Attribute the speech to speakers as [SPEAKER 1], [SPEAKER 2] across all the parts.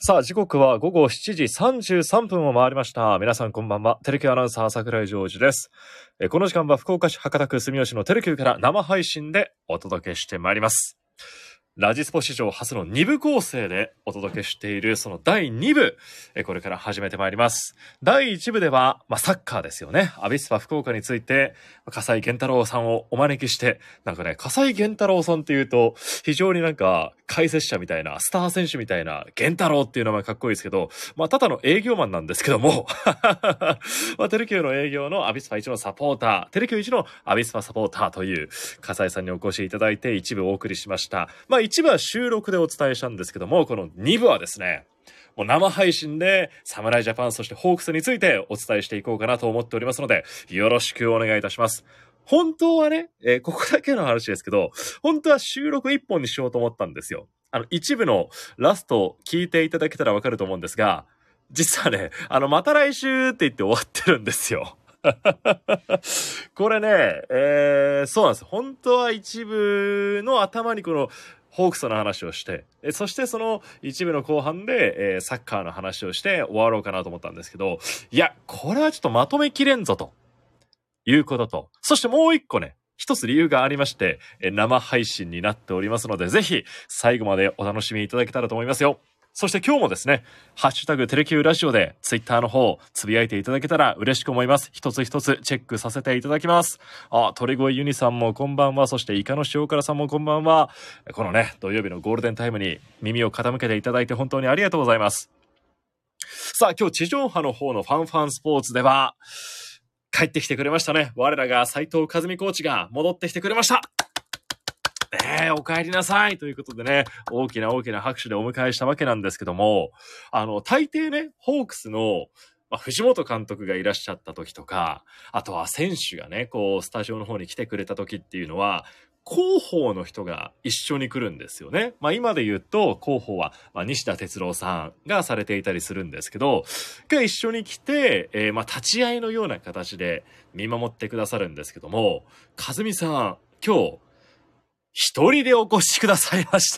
[SPEAKER 1] さあ、時刻は午後7時33分を回りました。皆さんこんばんは。テレキューアナウンサー櫻井ジョージです。この時間は福岡市博多区住吉のテレキューから生配信でお届けしてまいります。ラジスポ史上初の2部構成でお届けしているその第2部、これから始めてまいります。第1部では、サッカーですよね。アビスパ福岡について、笠井健太郎さんをお招きして、笠井健太郎さんっていうと、非常に解説者みたいな、スター選手みたいな、健太郎っていう名前かっこいいですけど、ただの営業マンなんですけども、テレキューの営業のアビスパ1のサポーター、テレキュー1のアビスパサポーターという、笠井さんにお越しいただいて、一部お送りしました。一部は収録でお伝えしたんですけども、この2部はですね、もう生配信で侍ジャパンそしてホークスについてお伝えしていこうかなと思っておりますので、よろしくお願いいたします。本当はね、ここだけの話ですけど、本当は収録1本にしようと思ったんですよ。一部のラスト聞いていただけたらわかると思うんですが、実はね、また来週って言って終わってるんですよ。これね、そうなんです。本当は一部の頭にこのホークスの話をして、そしてその一部の後半で、サッカーの話をして終わろうかなと思ったんですけど、いや、これはちょっとまとめきれんぞということと、そしてもう一個ね、一つ理由がありまして、生配信になっておりますので、ぜひ最後までお楽しみいただけたらと思いますよ。そして今日もですね、ハッシュタグテレキューラジオでツイッターの方つぶやいていただけたら嬉しく思います。一つ一つチェックさせていただきます。鳥越ユニさんもこんばんは。そしてイカの塩辛さんもこんばんは。このね、土曜日のゴールデンタイムに耳を傾けていただいて本当にありがとうございます。さあ、今日地上波の方のファンファンスポーツでは帰ってきてくれましたね。我らが斉藤和美コーチが戻ってきてくれました。お帰りなさいということでね、大きな拍手でお迎えしたわけなんですけども、大抵ね、ホークスの、藤本監督がいらっしゃった時とか、あとは選手がね、スタジオの方に来てくれた時っていうのは、広報の人が一緒に来るんですよね。今で言うと、広報は、西田哲郎さんがされていたりするんですけど、が一緒に来て、立ち会いのような形で見守ってくださるんですけども、和美さん、今日、一人でお越しくださいました。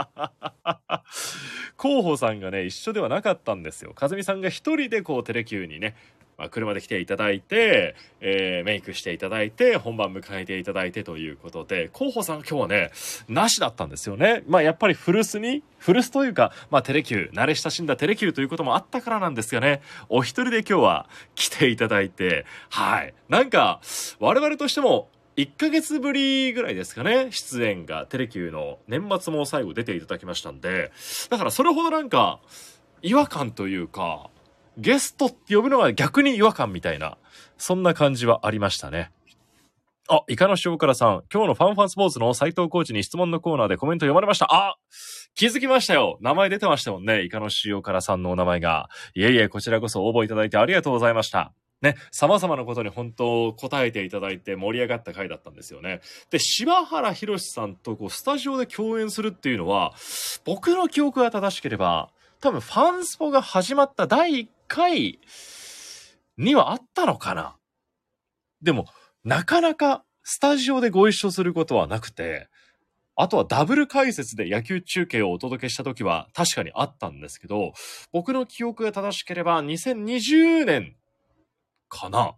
[SPEAKER 1] 広報さんがね、一緒ではなかったんですよ。和美さんが一人でテレキューにね、車で来ていただいて、メイクしていただいて、本番迎えていただいてということで、広報さん今日はね、なしだったんですよね。やっぱり古巣というか、テレキュー、慣れ親しんだテレキューということもあったからなんですがね、お一人で今日は来ていただいて、はい。我々としても、1ヶ月ぶりぐらいですかね、出演がテレキューの年末も最後出ていただきましたんで、だからそれほど違和感というか、ゲストって呼ぶのが逆に違和感みたいな、そんな感じはありましたね。イカの塩辛さん、今日のファンファンスポーツの斉藤コーチに質問のコーナーでコメント読まれました。気づきましたよ。名前出てましたもんね。イカの塩辛さんのお名前が。いえいえ、こちらこそ応募いただいてありがとうございました。ね、様々なことに本当答えていただいて盛り上がった回だったんですよね。で、柴原博さんとスタジオで共演するっていうのは、僕の記憶が正しければ、多分ファンスポが始まった第1回にはあったのかな。でも、なかなかスタジオでご一緒することはなくて、あとはダブル解説で野球中継をお届けした時は確かにあったんですけど、僕の記憶が正しければ2020年かな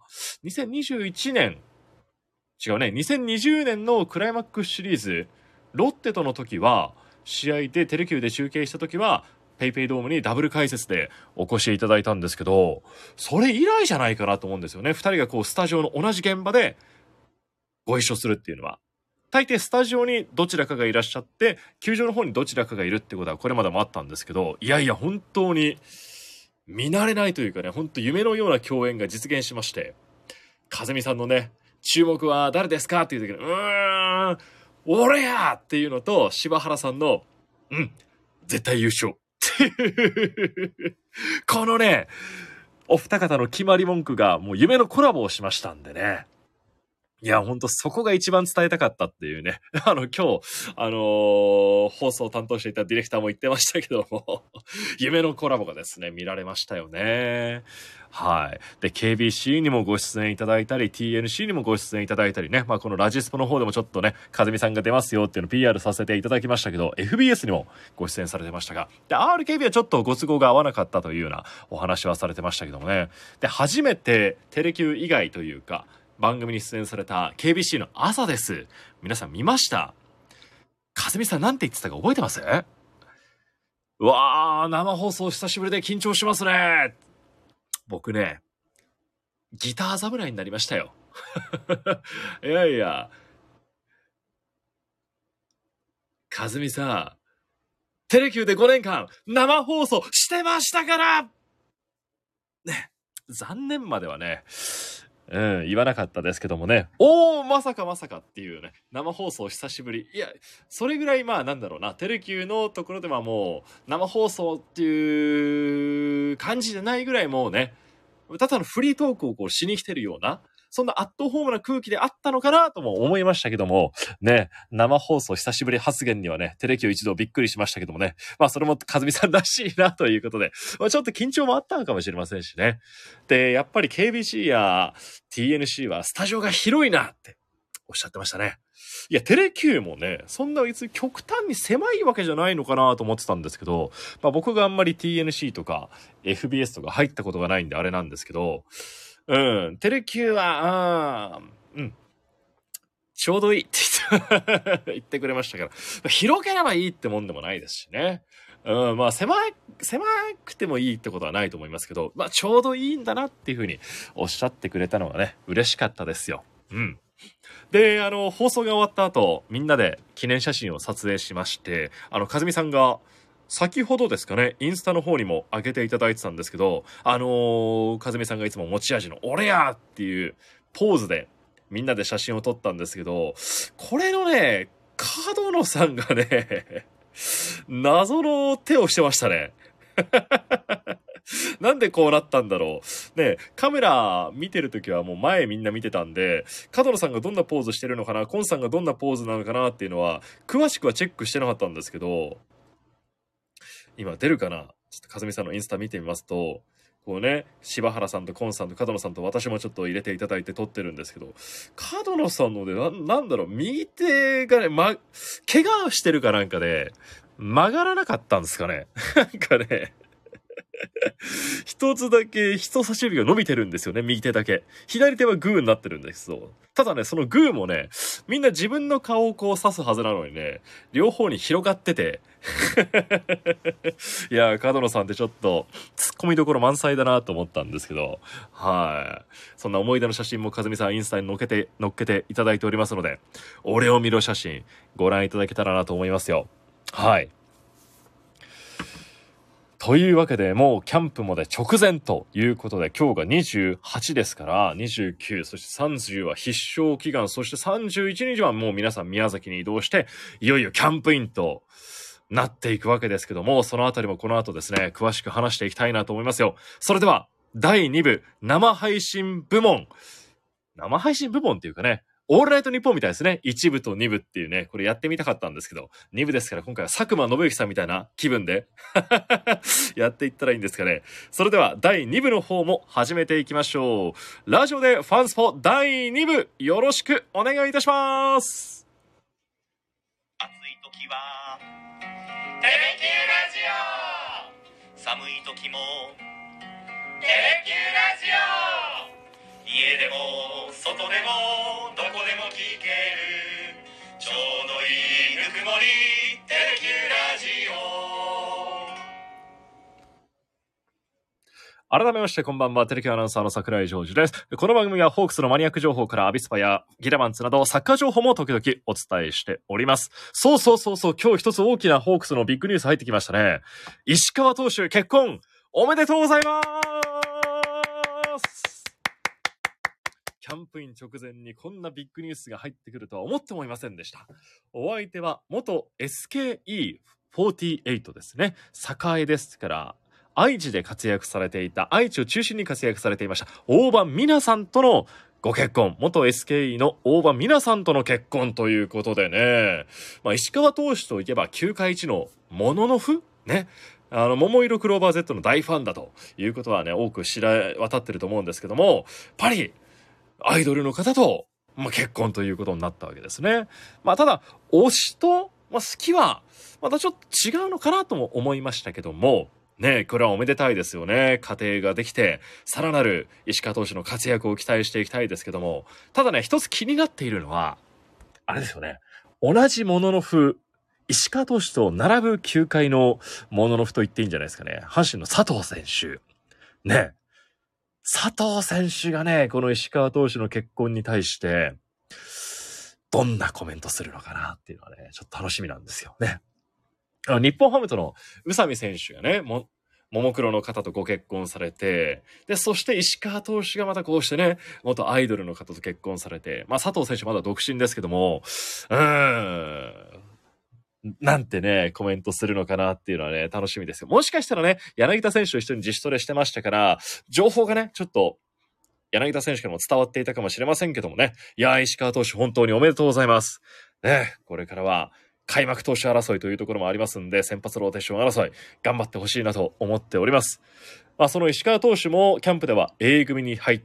[SPEAKER 1] ?2021 年。違うね。2020年のクライマックスシリーズ、ロッテとの時は、試合でテレキューで中継した時は、ペイペイドームにダブル解説でお越しいただいたんですけど、それ以来じゃないかなと思うんですよね。二人がスタジオの同じ現場でご一緒するっていうのは。大抵スタジオにどちらかがいらっしゃって、球場の方にどちらかがいるってことはこれまでもあったんですけど、いやいや本当に見慣れないというかね、本当夢のような共演が実現しまして、風見さんのね、注目は誰ですかっていう時に、俺やっていうのと、柴原さんの、絶対優勝っていうこのね、お二方の決まり文句がもう夢のコラボをしましたんでね。 いや、ほんとそこが一番伝えたかったっていうね。今日、放送を担当していたディレクターも言ってましたけども、夢のコラボがですね、見られましたよね。はい。で、KBC にもご出演いただいたり、TNC にもご出演いただいたりね、まあこのラジスポの方でもちょっとね、かずみさんが出ますよっていうのを PR させていただきましたけど、FBS にもご出演されてましたが、で、RKB はちょっとご都合が合わなかったというようなお話はされてましたけどもね。で、初めてテレキュー以外というか、番組に出演された KBC の朝です。皆さん見ました？かずみさんなんて言ってたか覚えてます？うわー、生放送久しぶりで緊張しますね。僕ね、ギター侍になりましたよ。いやいや、かずみさん、テレキューで5年間生放送してましたからね、残念まではね、言わなかったですけどもね。まさかまさかっていうね。生放送久しぶり。いや、それぐらいまあなんだろうな。テレキューのところではもう生放送っていう感じじゃないぐらいもうね、ただのフリートークをこうしに来てるような、そんなアットホームな空気であったのかなとも思いましたけども、ね、生放送久しぶり発言にはね、テレキュー一度びっくりしましたけどもね、まあそれもかずみさんらしいなということで、まあ、ちょっと緊張もあったのかもしれませんしね。で、やっぱり KBC や TNC はスタジオが広いなっておっしゃってましたね。いや、テレキューもね、そんな別に極端に狭いわけじゃないのかなと思ってたんですけど、まあ僕があんまり TNC とか FBS とか入ったことがないんであれなんですけど、テレキューは、ちょうどいいって言ってくれましたから、広ければいいってもんでもないですしね。まあ狭くてもいいってことはないと思いますけど、まあちょうどいいんだなっていうふうにおっしゃってくれたのがね、嬉しかったですよ。で、放送が終わった後、みんなで記念写真を撮影しまして、かずみさんが、先ほどですかね、インスタの方にも上げていただいてたんですけど、かずみさんがいつも持ち味の、俺やっていうポーズで、みんなで写真を撮ったんですけど、これのね、角野さんがね、謎の手をしてましたね。なんでこうなったんだろう。ね、カメラ見てるときはもう前みんな見てたんで、角野さんがどんなポーズしてるのかな、コンさんがどんなポーズなのかなっていうのは、詳しくはチェックしてなかったんですけど、今出るかな、ちょっとかずみさんのインスタ見てみますと、こうね、柴原さんとコンさんと角野さんと私もちょっと入れていただいて撮ってるんですけど、角野さんので、なんだろう、右手がね、怪我してるかなんかで、曲がらなかったんですかね。なんかね、一つだけ人差し指が伸びてるんですよね、右手だけ。左手はグーになってるんですよ。ただね、そのグーもね、みんな自分の顔をこう指すはずなのにね、両方に広がってて。いやー、角野さんってちょっと、突っ込みどころ満載だなと思ったんですけど、はい。そんな思い出の写真もかずみさんインスタに載っけていただいておりますので、俺を見ろ写真、ご覧いただけたらなと思いますよ。はい。というわけで、もうキャンプまで直前ということで、今日が28ですから、29、そして30は必勝祈願、そして31日はもう皆さん宮崎に移動して、いよいよキャンプインとなっていくわけですけども、そのあたりもこの後ですね、詳しく話していきたいなと思いますよ。それでは、第2部生配信部門っていうかね、オールナイトニッポンみたいですね。1部と2部っていうね、これやってみたかったんですけど、2部ですから今回は佐久間信之さんみたいな気分でやっていったらいいんですかね。それでは第2部の方も始めていきましょう。ラジオでファンスポ第2部よろしくお願いいたします。
[SPEAKER 2] 暑い時はテレキューラジオ、寒い時もテレキューラジオ、家でも外でもどこでも聞けるちょうどいいぬくもり、テレキューラジオ。
[SPEAKER 1] 改めましてこんばんは、テレキューアナウンサーの桜井ジョージです。この番組はホークスのマニアック情報からアビスパやギラマンツなどサッカー情報も時々お伝えしております。そう、今日一つ大きなホークスのビッグニュース入ってきましたね。石川投手結婚おめでとうございます。キャンプイン直前にこんなビッグニュースが入ってくるとは思ってもいませんでした。お相手は元 SKE48 ですね。栄ですから、愛知で活躍されていた、愛知を中心に活躍されていました大場美奈さんとのご結婚、元 SKE の大場美奈さんとの結婚ということでね、石川投手といえば球界一のモノノフね、桃色クローバー Z の大ファンだということはね、多く知ら渡ってると思うんですけども、パリ、アイドルの方と、結婚ということになったわけですね。ただ、推しと、好きは、またちょっと違うのかなとも思いましたけども、ね、これはおめでたいですよね。家庭ができて、さらなる石川投手の活躍を期待していきたいですけども、ただね、一つ気になっているのは、あれですよね。同じモノノフ、石川投手と並ぶ球界のモノノフと言っていいんじゃないですかね。阪神の佐藤選手。ね。佐藤選手がね、この石川投手の結婚に対して、どんなコメントするのかなっていうのはね、ちょっと楽しみなんですよね。日本ハムとの宇佐美選手がね、ももクロの方とご結婚されて、で、そして石川投手がまたこうしてね、元アイドルの方と結婚されて、佐藤選手まだ独身ですけども、なんてね、コメントするのかなっていうのはね、楽しみですよ。もしかしたらね、柳田選手と一緒に自主トレしてましたから、情報がね、ちょっと、柳田選手からも伝わっていたかもしれませんけどもね。いやー、石川投手本当におめでとうございます。ね、これからは開幕投手争いというところもありますんで、先発ローテーション争い、頑張ってほしいなと思っております。その石川投手もキャンプでは A 組に入って、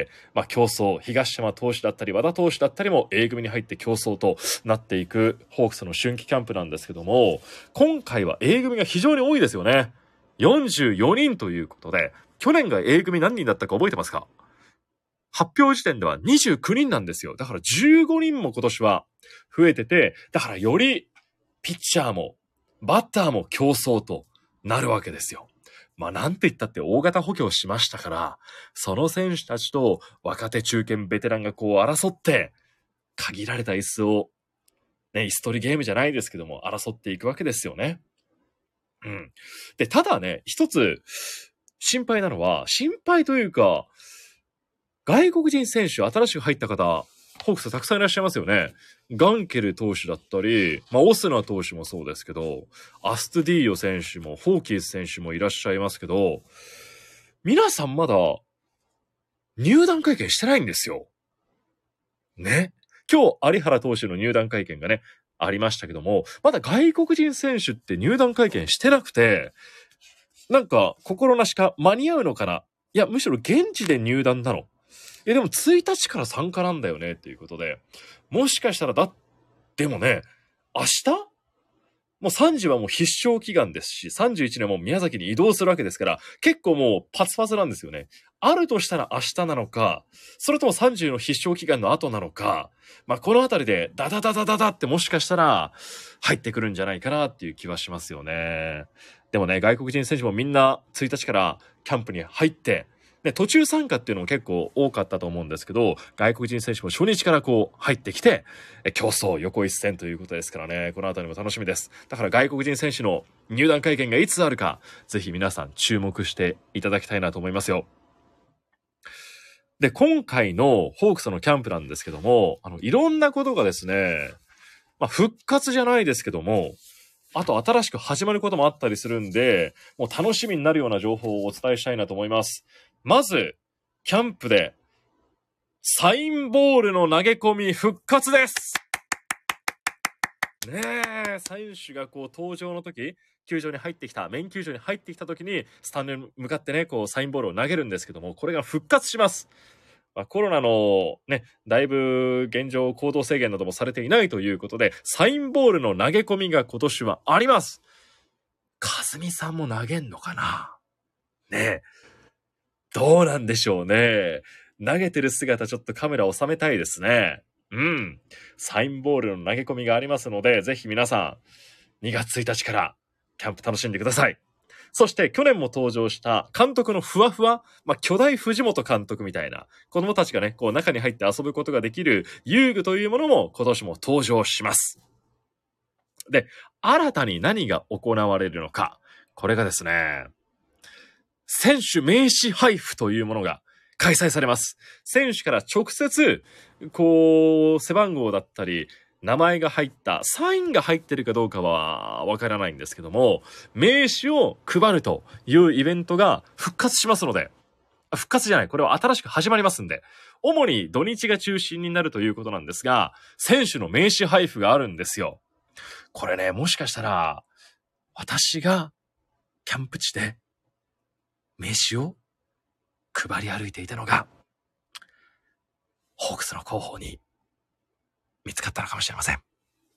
[SPEAKER 1] 競争、東山投手だったり和田投手だったりも A 組に入って競争となっていくホークスの春季キャンプなんですけども、今回は A 組が非常に多いですよね。44人ということで、去年が A 組何人だったか覚えてますか？発表時点では29人なんですよ。だから15人も今年は増えてて、だからよりピッチャーもバッターも競争となるわけですよ。なんて言ったって大型補強しましたから、その選手たちと若手中堅ベテランがこう争って、限られた椅子を、ね、椅子取りゲームじゃないですけども、争っていくわけですよね。で、ただね、一つ心配なのは、心配というか、外国人選手、新しく入った方、ホークスたくさんいらっしゃいますよね。ガンケル投手だったり、オスナ投手もそうですけど、アストゥディーヨ選手も、ホーキース選手もいらっしゃいますけど、皆さんまだ入団会見してないんですよ。ね。今日、有原投手の入団会見がね、ありましたけども、まだ外国人選手って入団会見してなくて、なんか、心なしか間に合うのかな？いや、むしろ現地で入団なの。でも1日から参加なんだよねっていうことで、もしかしたらでもね、明日もう3時はもう必勝祈願ですし、31年も宮崎に移動するわけですから、結構もうパツパツなんですよね。あるとしたら明日なのか、それとも30の必勝祈願の後なのか、このあたりでダダダダダダってもしかしたら入ってくるんじゃないかなっていう気はしますよね。でもね、外国人選手もみんな1日からキャンプに入って、途中参加っていうのも結構多かったと思うんですけど、外国人選手も初日からこう入ってきて、競争横一線ということですからね、このあたりも楽しみです。だから外国人選手の入団会見がいつあるか、ぜひ皆さん注目していただきたいなと思いますよ。で、今回のホークスのキャンプなんですけども、いろんなことがですね、復活じゃないですけども、あと新しく始まることもあったりするんで、もう楽しみになるような情報をお伝えしたいなと思います。まず、キャンプで、サインボールの投げ込み復活です。ねえ、選手がこう登場の時、球場に入ってきた、メイン球場に入ってきた時に、スタンドに向かってね、こうサインボールを投げるんですけども、これが復活します。コロナのね、だいぶ現状行動制限などもされていないということで、サインボールの投げ込みが今年はあります。かずみさんも投げんのかな？ねえ。どうなんでしょうね。投げてる姿ちょっとカメラ収めたいですね。サインボールの投げ込みがありますので、ぜひ皆さん、2月1日からキャンプ楽しんでください。そして去年も登場した監督のふわふわ、巨大藤本監督みたいな子供たちがね、こう中に入って遊ぶことができる遊具というものも今年も登場します。で、新たに何が行われるのか。これがですね、選手名刺配布というものが開催されます。選手から直接、こう、背番号だったり、名前が入った、サインが入ってるかどうかはわからないんですけども、名刺を配るというイベントが復活しますので、 復活じゃない。これは新しく始まりますんで。主に土日が中心になるということなんですが、選手の名刺配布があるんですよ。これね、もしかしたら、私がキャンプ地で名刺を配り歩いていたのが、ホークスの広報に見つかったのかもしれません。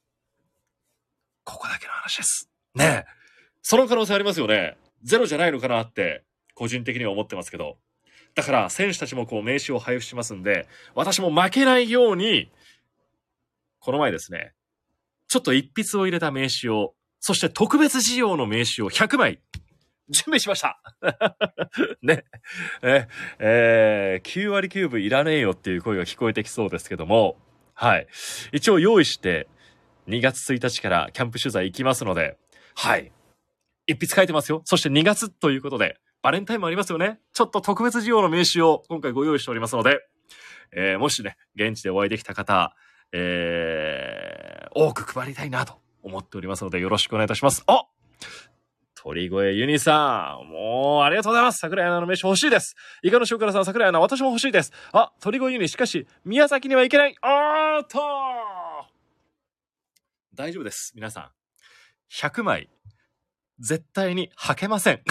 [SPEAKER 1] ここだけの話です。ねえ。その可能性ありますよね。ゼロじゃないのかなって、個人的には思ってますけど。だから、選手たちもこう名刺を配布しますんで、私も負けないように、この前ですね、ちょっと一筆を入れた名刺を、そして特別仕様の名刺を100枚、準備しました。ね。9割9分いらねえよっていう声が聞こえてきそうですけども、はい。一応用意して、2月1日からキャンプ取材行きますので、はい。一筆書いてますよ。そして2月ということで、バレンタインもありますよね。ちょっと特別仕様の名刺を今回ご用意しておりますので、もしね、現地でお会いできた方、多く配りたいなと思っておりますので、よろしくお願いいたします。あ、鳥越ユニさん、もうありがとうございます。桜井アナの名刺欲しいです。イカの塩辛さん、桜井アナ、私も欲しいです。あ、鳥越ユニ、しかし、宮崎には行けない。あーっと大丈夫です。皆さん。100枚、絶対に履けません。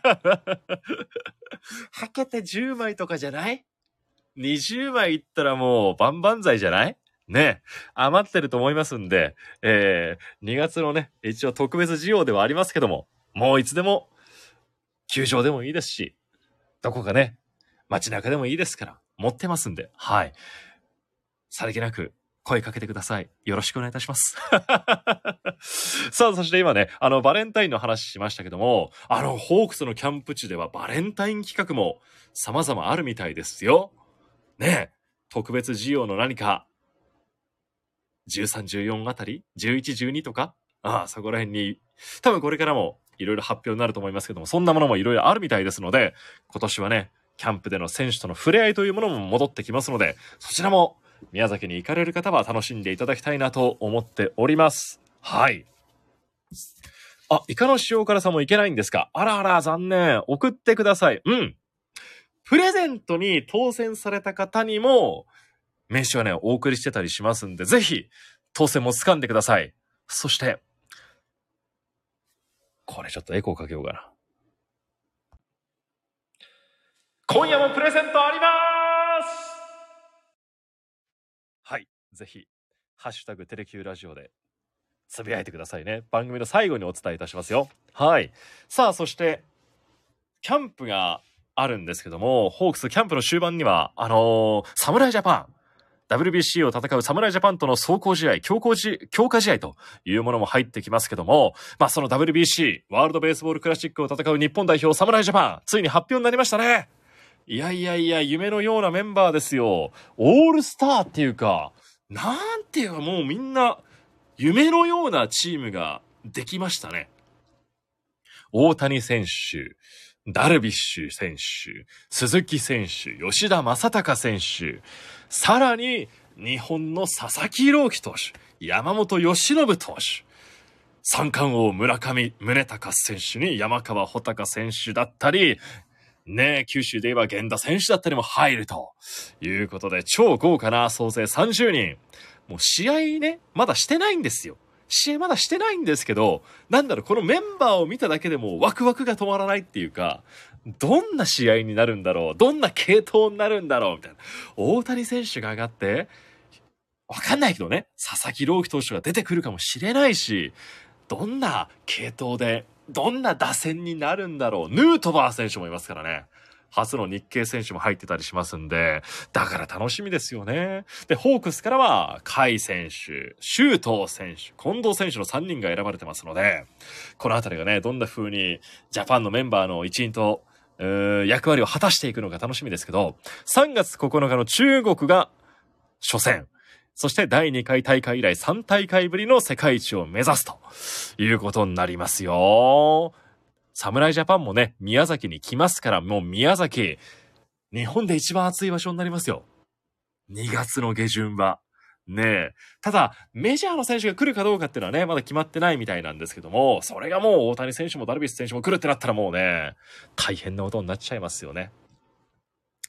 [SPEAKER 1] 履けて10枚とかじゃない ?20 枚いったらもう万々歳じゃないね、余ってると思いますんで、2月のね、一応特別需要ではありますけども、もういつでも、球場でもいいですし、どこかね、街中でもいいですから、持ってますんで、はい。さりげなく声かけてください。よろしくお願いいたします。さあ、そして今ね、バレンタインの話しましたけども、ホークスのキャンプ地ではバレンタイン企画も様々あるみたいですよ。ねえ、特別需要の何か、13、14あたり ?11、12とかそこら辺に、多分これからもいろいろ発表になると思いますけども、そんなものもいろいろあるみたいですので、今年はね、キャンプでの選手との触れ合いというものも戻ってきますので、そちらも宮崎に行かれる方は楽しんでいただきたいなと思っております。はい。あ、イカの塩辛さんもいけないんですか？あらあら、残念。送ってください。うん。プレゼントに当選された方にも、名刺はね、お送りしてたりしますんで、ぜひ、当選も掴んでください。そして、これちょっとエコーかけようかな。今夜もプレゼントあります！はい。ぜひ、ハッシュタグテレキューラジオで、つぶやいてくださいね。番組の最後にお伝えいたしますよ。はい。さあ、そして、キャンプがあるんですけども、ホークスキャンプの終盤には、侍ジャパン、WBC を戦う侍ジャパンとの壮行試合、強化試合というものも入ってきますけども、その WBC、ワールドベースボールクラシックを戦う日本代表侍ジャパン、ついに発表になりましたね。いや、夢のようなメンバーですよ。オールスターっていうか、なんていうかもうみんな、夢のようなチームができましたね。大谷選手、ダルビッシュ選手、鈴木選手、吉田正尚選手、さらに日本の佐々木朗希投手、山本由伸投手、三冠王村上宗隆選手に山川穂高選手だったり、ねえ、九州で言えば源田選手だったりも入るということで、超豪華な総勢30人。もう試合ね、まだしてないんですよ。試合まだしてないんですけど、このメンバーを見ただけでもワクワクが止まらないっていうか、どんな試合になるんだろう、どんな系統になるんだろう、みたいな。大谷選手が上がって、わかんないけどね、佐々木朗希投手が出てくるかもしれないし、どんな系統で、どんな打線になるんだろう。ヌートバー選手もいますからね。初の日系選手も入ってたりしますんで、だから楽しみですよね。で、ホークスからは、甲斐選手、周東選手、近藤選手の3人が選ばれてますので、このあたりがね、どんな風にジャパンのメンバーの一員と、役割を果たしていくのか楽しみですけど、3月9日の中国が初戦。そして第2回大会以来3大会ぶりの世界一を目指すということになりますよ。侍ジャパンもね、宮崎に来ますから、もう宮崎、日本で一番暑い場所になりますよ。2月の下旬は。ねえ。ただ、メジャーの選手が来るかどうかっていうのはね、まだ決まってないみたいなんですけども、それがもう大谷選手もダルビッシュ選手も来るってなったらもうね、大変なことになっちゃいますよね。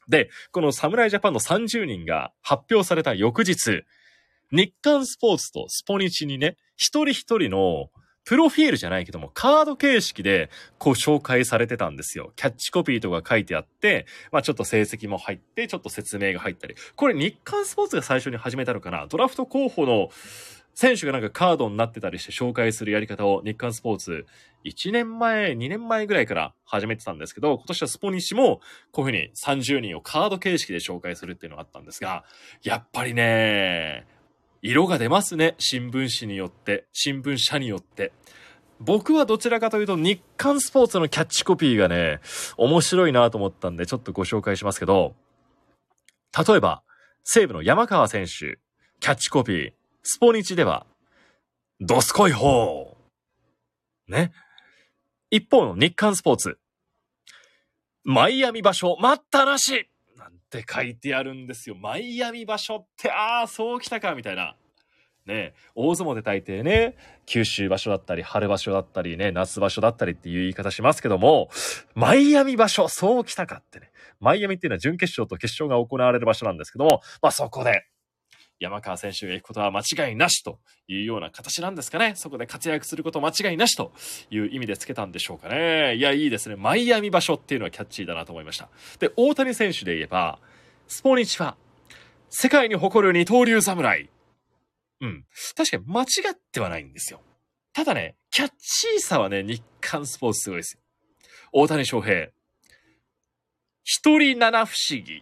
[SPEAKER 1] で、この侍ジャパンの30人が発表された翌日、日刊スポーツとスポニチにね、一人一人のプロフィールじゃないけども、カード形式でこう紹介されてたんですよ。キャッチコピーとか書いてあって、まあちょっと成績も入って、ちょっと説明が入ったり。これ日刊スポーツが最初に始めたのかな？ドラフト候補の選手がなんかカードになってたりして紹介するやり方を日刊スポーツ1年前、2年前ぐらいから始めてたんですけど、今年はスポニチもこういうふうに30人をカード形式で紹介するっていうのがあったんですが、やっぱりね、色が出ますね。新聞紙によって、新聞社によって。僕はどちらかというと日刊スポーツのキャッチコピーがね、面白いなと思ったんでちょっとご紹介しますけど、例えば、西武の山川選手、キャッチコピー、スポニチでは、どすこいほう。ね。一方の日刊スポーツ、マイアミ場所待ったなしなんて書いてあるんですよ。マイアミ場所って、そうきたかみたいな。ね、大相撲で大抵ね、九州場所だったり、春場所だったりね、夏場所だったりっていう言い方しますけども、マイアミ場所、そうきたかってね。マイアミっていうのは準決勝と決勝が行われる場所なんですけども、まあそこで、山川選手が行くことは間違いなしというような形なんですかね。そこで活躍すること間違いなしという意味でつけたんでしょうかね。いや、いいですね。マイアミ場所っていうのはキャッチーだなと思いました。で、大谷選手で言えば、スポニチは世界に誇る二刀流侍。うん。確かに間違ってはないんですよ。ただね、キャッチーさはね、日刊スポーツすごいですよ。大谷翔平。一人七不思議。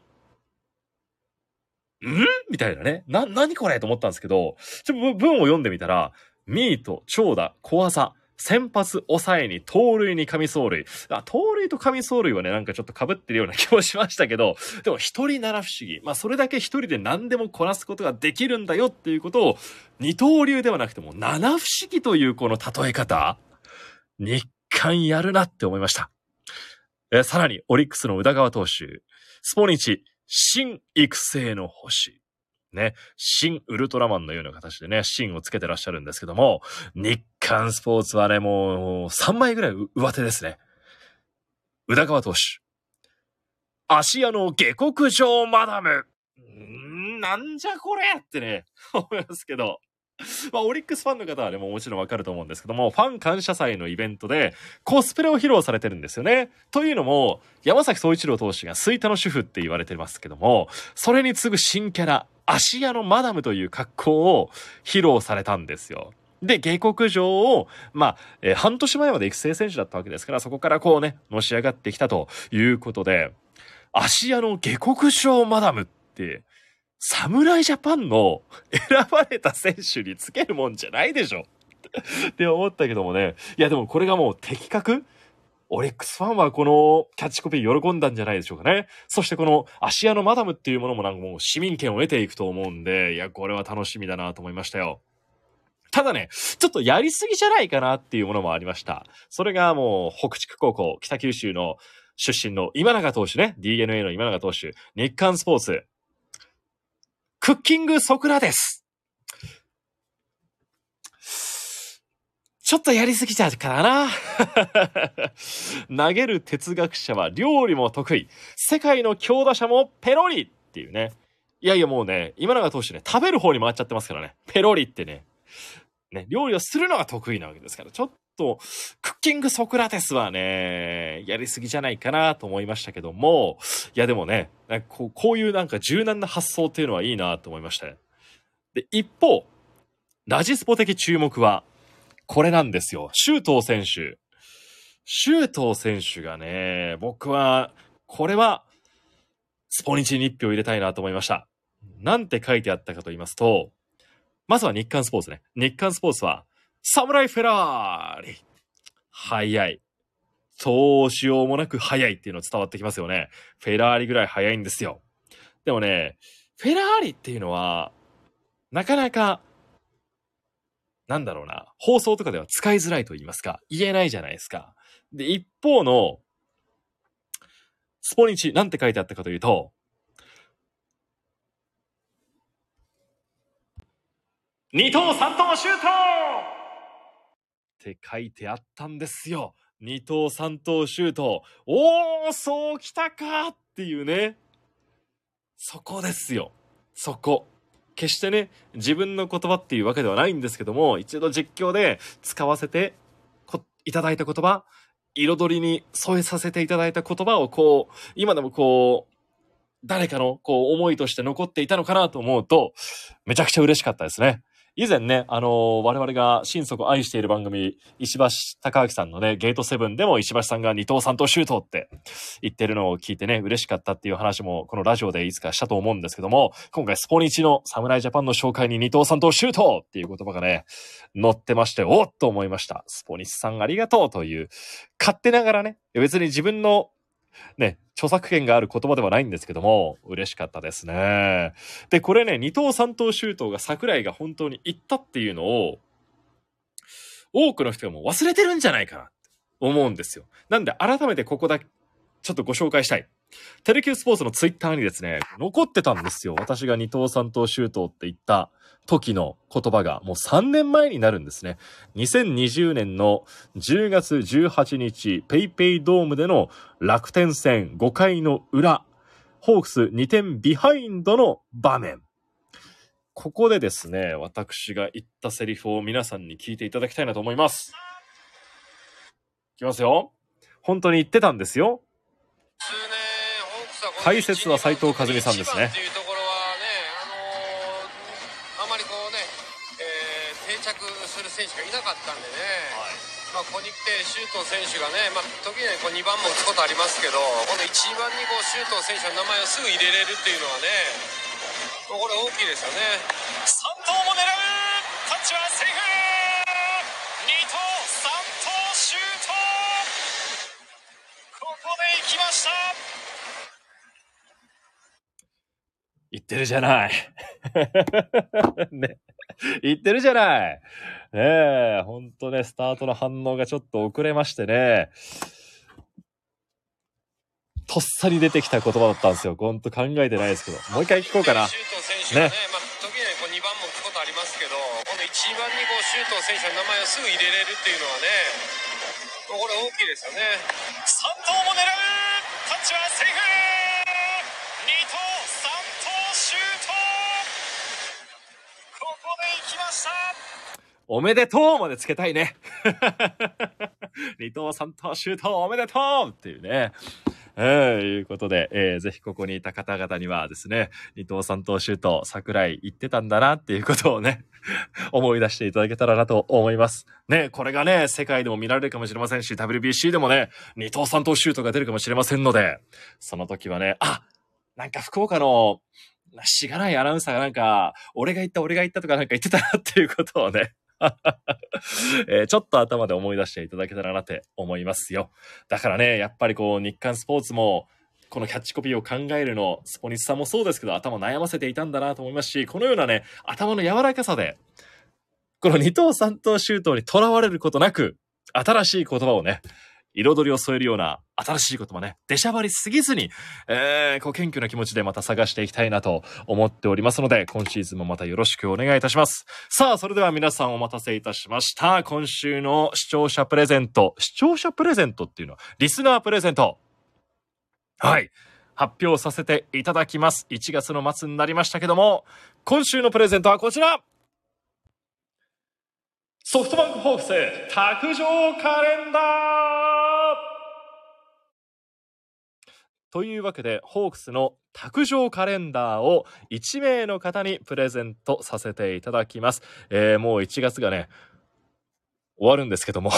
[SPEAKER 1] みたいなね。何これと思ったんですけど、文を読んでみたら、ミート、長打、小技、先発、抑えに、盗塁に、神走塁。盗塁と神走塁はね、なんかちょっと被ってるような気もしましたけど、でも一人七不思議。まあ、それだけ一人で何でもこなすことができるんだよっていうことを、二刀流ではなくても、七不思議というこの例え方、日刊やるなって思いました。さらに、オリックスの宇田川投手、スポニチ、新育成の星。ね、新ウルトラマンのような形でね、新をつけてらっしゃるんですけども、日刊スポーツはね、もう3枚ぐらい上手ですね。宇田川投手。芦屋の下克上マダム。なんじゃこれってね、思いますけど。まあ、オリックスファンの方はね、もちろんわかると思うんですけども、ファン感謝祭のイベントでコスプレを披露されてるんですよね。というのも、山崎総一郎投手が吹田の主婦って言われてますけども、それに次ぐ新キャラ、芦屋のマダムという格好を披露されたんですよ。で、下克上を、半年前まで育成選手だったわけですから、そこからこうね、のし上がってきたということで、芦屋の下克上マダムって、侍ジャパンの選ばれた選手につけるもんじゃないでしょって思ったけどもね。いやでもこれがもう的確？オリックスファンはこのキャッチコピー喜んだんじゃないでしょうかね。そしてこの芦屋のマダムっていうものもなんかもう市民権を得ていくと思うんで、いやこれは楽しみだなと思いましたよ。ただね、ちょっとやりすぎじゃないかなっていうものもありました。それがもう北筑高校、北九州の出身の今永投手ね。DNA の今永投手。日刊スポーツ。クッキングソクラテス。ちょっとやりすぎちゃうからな。投げる哲学者は料理も得意。世界の強打者もペロリっていうね。いやいやもうね、今永投手ね、食べる方に回っちゃってますからね。ペロリってね。料理をするのが得意なわけですから、ちょっと、クッキングソクラテスはね、やりすぎじゃないかなと思いましたけども、いやでもね、こういうなんか柔軟な発想っていうのはいいなと思いました。で、一方、ラジスポ的注目は、これなんですよ。周東選手。周東選手がね、僕は、これは、スポニチに1票入れたいなと思いました。なんて書いてあったかと言いますと、まずは日刊スポーツね。日刊スポーツは、サムライフェラーリ。速い。そうしようもなく速いっていうの伝わってきますよね。フェラーリぐらい速いんですよ。でもね、フェラーリっていうのは、なかなか、なんだろうな、放送とかでは使いづらいと言いますか、言えないじゃないですか。で、一方の、スポニチ、なんて書いてあったかというと、二頭三頭シュートって書いてあったんですよ。二頭三頭シュート。おー、そうきたかっていうね。 そこですよ。そこ。決してね、自分の言葉っていうわけではないんですけども、一度実況で使わせていただいた言葉、彩りに添えさせていただいた言葉をこう、今でもこう、誰かのこう思いとして残っていたのかなと思うと、めちゃくちゃ嬉しかったですね。以前ね、我々が心底愛している番組、石橋貴明さんのね、ゲートセブンでも石橋さんが二刀三刀シュートって言ってるのを聞いてね、嬉しかったっていう話もこのラジオでいつかしたと思うんですけども、今回スポニチの侍ジャパンの紹介に二刀三刀シュートっていう言葉がね、載ってまして、おっと思いました。スポニチさんありがとうという、勝手ながらね、別に自分のね、著作権がある言葉ではないんですけども、嬉しかったですね。で、これね、二刀三刀シュートが桜井が本当に言ったっていうのを、多くの人がもう忘れてるんじゃないかなって思うんですよ。なんで改めてここだけ、ちょっとご紹介したい。テレキュースポーツのツイッターにですね、残ってたんですよ。私が二刀三刀シュートって言った時の言葉がもう3年前になるんですね。2020年の10月18日、ペイペイドームでの楽天戦5回の裏、ホークス2点ビハインドの場面。ここでですね、私が言ったセリフを皆さんに聞いていただきたいなと思います。いきますよ。本当に言ってたんですよ。解説は斉藤和美さんですね。
[SPEAKER 3] というところはね、あまりこうね、定着する選手がいなかったんでね、ここに来て周東選手がね、時にはこう2番も打つことありますけど、この1番にこう周東選手の名前をすぐ入れれるっていうのはね、これ大きいですよね。
[SPEAKER 2] 三頭も狙う、タッチはセーフ。二頭三頭シュート、ここで行きました。
[SPEAKER 1] 言ってるじゃない。ね。言ってるじゃない。ねえ、ほんとね、スタートの反応がちょっと遅れましてね。とっさに出てきた言葉だったんですよ。ほんと考えてないですけど。もう一回聞こうかな。
[SPEAKER 3] 周東選手がね、時にはこう2番も打つことありますけど、この1番にこう周東選手の名前をすぐ入れれるっていうのはね、これ大きいですよね。
[SPEAKER 2] 三頭も狙う、タッチはセーフ。二頭三頭シュート、ここで行きました。
[SPEAKER 1] おめでとうまでつけたいね。二頭三頭シュートおめでとうっていうね。いうことで、ぜひここにいた方々にはですね、二頭三頭シュート桜井言ってたんだなっていうことをね、思い出していただけたらなと思います。ね、これがね、世界でも見られるかもしれませんし、WBC でもね、二頭三頭シュートが出るかもしれませんので、その時はね、なんか福岡のしがないアナウンサーがなんか、俺が言ったとかなんか言ってたなっていうことをね、ちょっと頭で思い出していただけたらなって思いますよ。だからね、やっぱりこう日刊スポーツもこのキャッチコピーを考えるの、スポニチさんもそうですけど頭悩ませていたんだなと思いますし、このようなね、頭の柔らかさでこの二頭三頭シュートにとらわれることなく、新しい言葉をね、彩りを添えるような新しい言葉ね、出しゃばりすぎずに、こう謙虚な気持ちでまた探していきたいなと思っておりますので、今シーズンもまたよろしくお願いいたします。さあ、それでは皆さんお待たせいたしました。今週の視聴者プレゼント。視聴者プレゼントっていうのは、リスナープレゼント。はい。発表させていただきます。1月の末になりましたけども、今週のプレゼントはこちら。ソフトバンクホークス卓上カレンダーというわけで、ホークスの卓上カレンダーを1名の方にプレゼントさせていただきます。もう1月がね、終わるんですけども。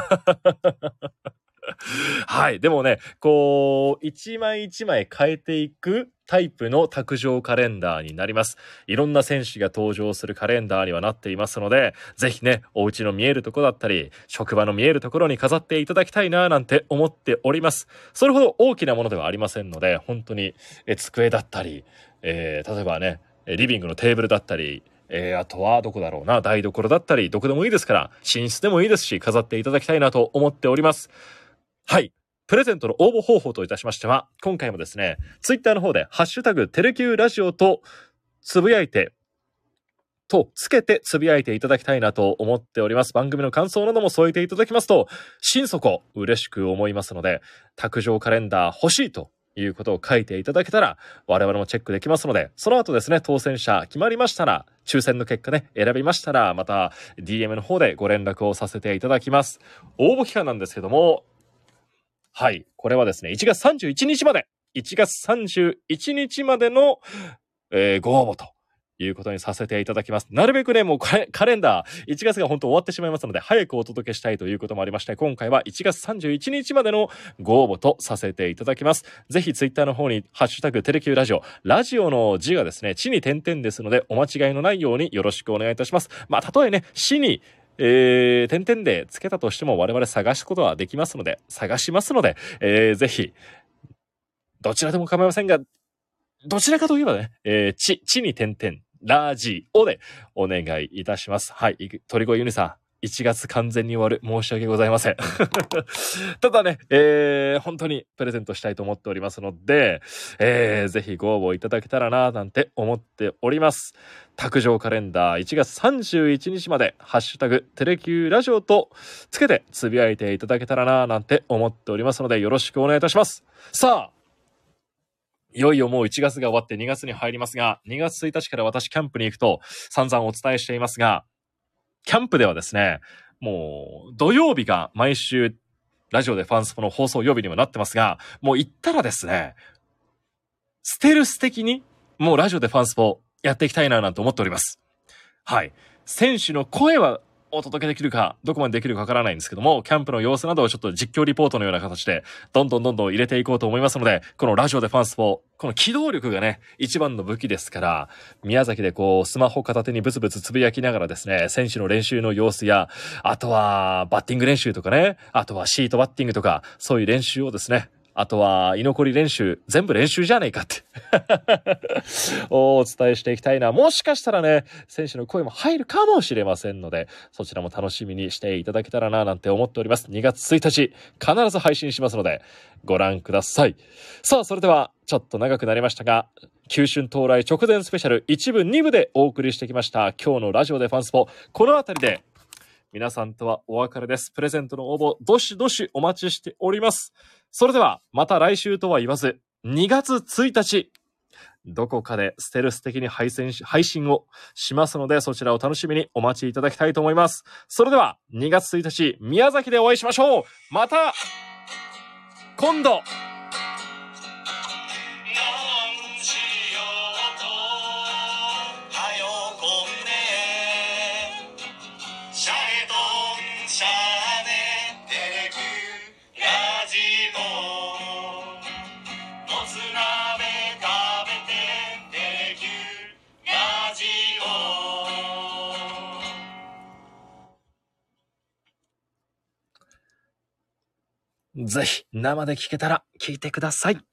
[SPEAKER 1] はい。でもね、こう、一枚一枚変えていくタイプの卓上カレンダーになります。いろんな選手が登場するカレンダーにはなっていますので、ぜひね、お家の見えるところだったり、職場の見えるところに飾っていただきたいななんて思っております。それほど大きなものではありませんので、本当に机だったり、例えばね、リビングのテーブルだったり、あとはどこだろうな、台所だったり、どこでもいいですから、寝室でもいいですし、飾っていただきたいなと思っております。はい。プレゼントの応募方法といたしましては、今回もですね、ツイッターの方で、ハッシュタグ、テレキューラジオとつけてつぶやいていただきたいなと思っております。番組の感想なども添えていただきますと、心底嬉しく思いますので、卓上カレンダー欲しいということを書いていただけたら我々もチェックできますので、その後ですね、当選者決まりましたら、抽選の結果ね、選びましたら、また DM の方でご連絡をさせていただきます。応募期間なんですけども、はい、これはですね、1月31日まで、1月31日までの、ご応募ということにさせていただきます。なるべくね、もうカレンダー、1月が本当終わってしまいますので、早くお届けしたいということもありまして、今回は1月31日までのご応募とさせていただきます。ぜひツイッターの方に、ハッシュタグテレキューラジオ、ラジオの字がですね、地に点々ですので、お間違いのないようによろしくお願いいたします。まあ、たとえね、死に、点々でつけたとしても我々探すことはできますので、探しますので、ぜひ、どちらでも構いませんが、どちらかといえばね、地に点々、ラジオでお願いいたします。はい、鳥越ユニさん、1月完全に終わる。申し訳ございません。ただね、本当にプレゼントしたいと思っておりますので、ぜひご応募いただけたらな、なんて思っております。卓上カレンダー1月31日まで、ハッシュタグ、テレキューラジオとつけてつぶやいていただけたらな、なんて思っておりますので、よろしくお願いいたします。さあ、いよいよもう1月が終わって2月に入りますが、2月1日から私キャンプに行くと散々お伝えしていますが、キャンプではですね、もう土曜日が毎週ラジオでファンスポの放送曜日にもなってますが、もう行ったらですね、ステルス的にもうラジオでファンスポやっていきたいななんて思っております。はい。選手の声はお届けできるか、どこまでできるかわからないんですけども、キャンプの様子などをちょっと実況リポートのような形で、どんどん入れていこうと思いますので、このラジオでファンスポ、この機動力がね、一番の武器ですから、宮崎でこう、スマホ片手にブツブツつぶやきながらですね、選手の練習の様子や、あとは、バッティング練習とかね、あとはシートバッティングとか、そういう練習をですね、あとは居残り練習、全部練習じゃねえかってお伝えしていきたいな。もしかしたらね、選手の声も入るかもしれませんので、そちらも楽しみにしていただけたらななんて思っております。2月1日必ず配信しますのでご覧ください。さあ、それではちょっと長くなりましたが、旧春到来直前スペシャル1部2部でお送りしてきました今日のラジオでファンスポ、このあたりで皆さんとはお別れです。プレゼントの応募どしどしお待ちしております。それではまた来週とは言わず、2月1日どこかでステルス的に配信をしますので、そちらを楽しみにお待ちいただきたいと思います。それでは2月1日宮崎でお会いしましょう。また今度。ぜひ生で聞けたら聞いてください。